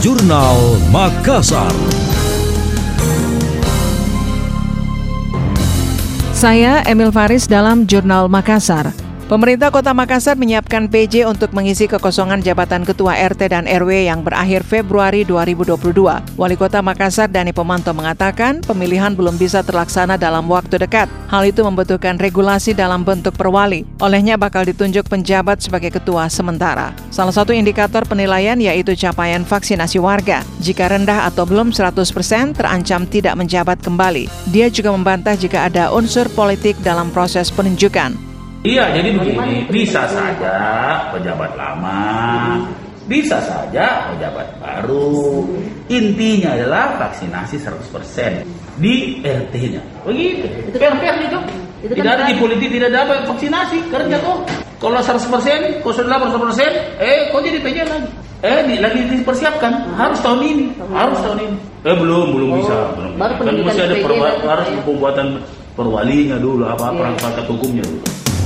Jurnal Makassar. Saya Emil Faris dalam Jurnal Makassar. Pemerintah Kota Makassar menyiapkan PJ untuk mengisi kekosongan jabatan Ketua RT dan RW yang berakhir Februari 2022. Wali Kota Makassar Dani Pomanto mengatakan pemilihan belum bisa terlaksana dalam waktu dekat. Hal itu membutuhkan regulasi dalam bentuk perwali. Olehnya bakal ditunjuk penjabat sebagai ketua sementara. Salah satu indikator penilaian yaitu capaian vaksinasi warga. Jika rendah atau belum 100% terancam tidak menjabat kembali. Dia juga membantah jika ada unsur politik dalam proses penunjukan. Iya, jadi begini, bisa saja pejabat lama, bisa saja pejabat baru. Intinya adalah vaksinasi 100% di RT-nya. Begitu. Itu fair itu. Tidak ada di politik, tidak ada vaksinasi. Karena tuh, kalau 100%, kalau sudah 100%, kok jadi PJ lagi? Lagi dipersiapkan. Harus tahun ini. Belum bisa. Kan masih ada harus pembuatan perwalinya dulu, perangkat hukumnya dulu.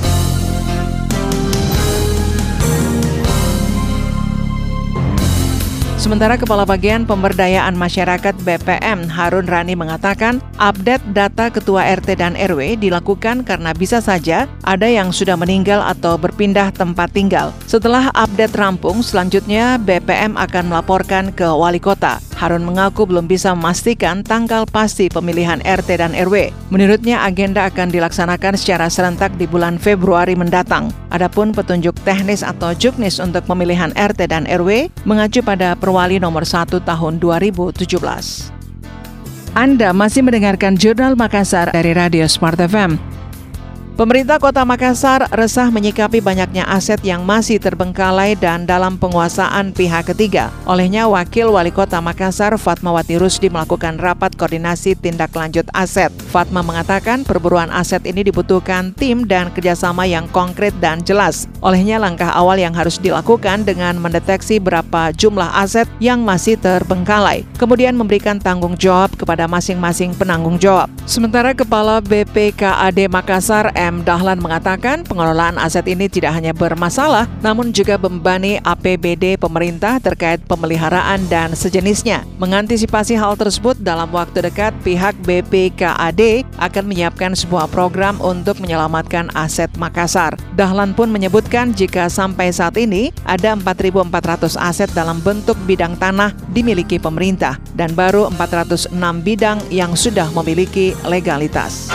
Sementara Kepala Bagian Pemberdayaan Masyarakat BPM Harun Rani mengatakan update data Ketua RT dan RW dilakukan karena bisa saja ada yang sudah meninggal atau berpindah tempat tinggal. Setelah update rampung, selanjutnya BPM akan melaporkan ke Wali Kota. Harun mengaku belum bisa memastikan tanggal pasti pemilihan RT dan RW. Menurutnya agenda akan dilaksanakan secara serentak di bulan Februari mendatang. Adapun petunjuk teknis atau juknis untuk pemilihan RT dan RW mengacu pada Perwali nomor 1 tahun 2017. Anda masih mendengarkan Jurnal Makassar dari Radio Smart FM. Pemerintah Kota Makassar resah menyikapi banyaknya aset yang masih terbengkalai dan dalam penguasaan pihak ketiga. Olehnya, Wakil Wali Kota Makassar Fatmawati Rusdi melakukan rapat koordinasi tindak lanjut aset. Fatma mengatakan perburuan aset ini dibutuhkan tim dan kerjasama yang konkret dan jelas. Olehnya, langkah awal yang harus dilakukan dengan mendeteksi berapa jumlah aset yang masih terbengkalai. Kemudian memberikan tanggung jawab kepada masing-masing penanggung jawab. Sementara Kepala BPKAD Makassar M. Dahlan mengatakan pengelolaan aset ini tidak hanya bermasalah, namun juga membebani APBD pemerintah terkait pemeliharaan dan sejenisnya. Mengantisipasi hal tersebut, dalam waktu dekat pihak BPKAD akan menyiapkan sebuah program untuk menyelamatkan aset Makassar. Dahlan pun menyebutkan jika sampai saat ini ada 4.400 aset dalam bentuk bidang tanah dimiliki pemerintah dan baru 406 bidang yang sudah memiliki legalitas.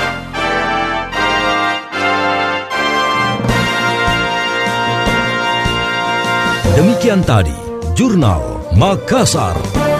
Demikian tadi Jurnal Makassar.